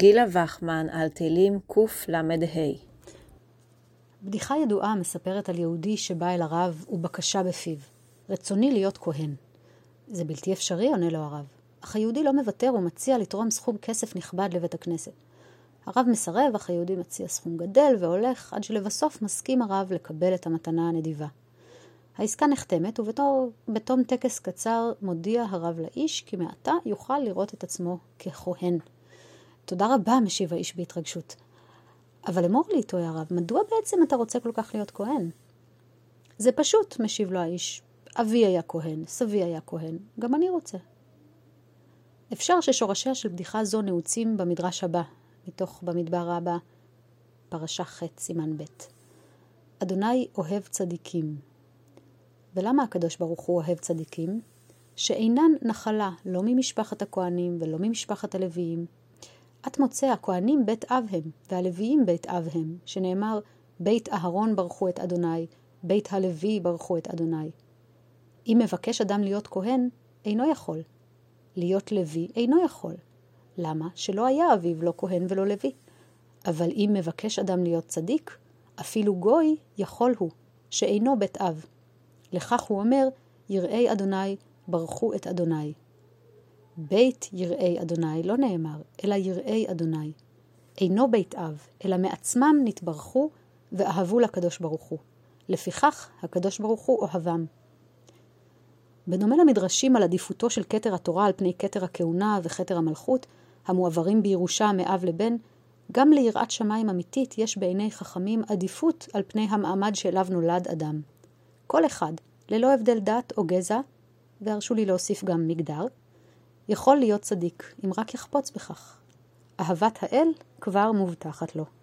גילה וחמן על תהילים קל"ה. בדיחה ידועה מספרת על יהודי שבא אל הרב ובקשה בפיו. רצוני להיות כהן. זה בלתי אפשרי, עונה לו הרב. אך היהודי לא מוותר ומציע לתרום סכום כסף נכבד לבית הכנסת. הרב מסרב, אך היהודי מציע סכום גדל והולך, עד שלבסוף מסכים הרב לקבל את המתנה הנדיבה. העסקה נחתמת, ובתום טקס קצר מודיע הרב לאיש כי מעתה יוכל לראות את עצמו ככהן. תודה רבה, משיב האיש בהתרגשות. אבל אמור לי, טועה הרב, מדוע בעצם אתה רוצה כל כך להיות כהן? זה פשוט, משיב לו האיש. אבי היה כהן, סבי היה כהן, גם אני רוצה. אפשר ששורשיה של בדיחה זו נעוצים במדרש הבא, מתוך במדבר הבא, פרשה ח' סימן ב'. אדוני אוהב צדיקים. ולמה הקדוש ברוך הוא אוהב צדיקים? שאינן נחלה, לא ממשפחת הכהנים ולא ממשפחת הלוויים. את מוצא הכהנים בית אב הם, והלוויים בית אב הם, שנאמר, בית אהרון ברכו את אדוני, בית הלוי ברכו את אדוני. אם מבקש אדם להיות כהן, אינו יכול. להיות לוי אינו יכול. למה? שלא היה אביו לא כהן ולא לוי. אבל אם מבקש אדם להיות צדיק, אפילו גוי יכול הוא, שאינו בית אב. לכך הוא אומר, יראי אדוני ברכו את אדוני. בית יראי אדוני לא נאמר, אלא יראי אדוני. אינו בית אב, אלא מעצמם נתברכו ואהבו לקדוש ברוך הוא. לפיכך הקדוש ברוך הוא אוהבם. בדומה למדרשים על עדיפותו של כתר התורה על פני כתר הכהונה וכתר המלכות, המועברים בירושה מאב לבן, גם ליראת שמיים אמיתית יש בעיני חכמים עדיפות על פני המעמד שאליו נולד אדם. כל אחד, ללא הבדל דת או גזע, והרשו לי להוסיף גם מגדר, יכול להיות צדיק, אם רק יחפוץ בכך. אהבת האל כבר מובטחת לו.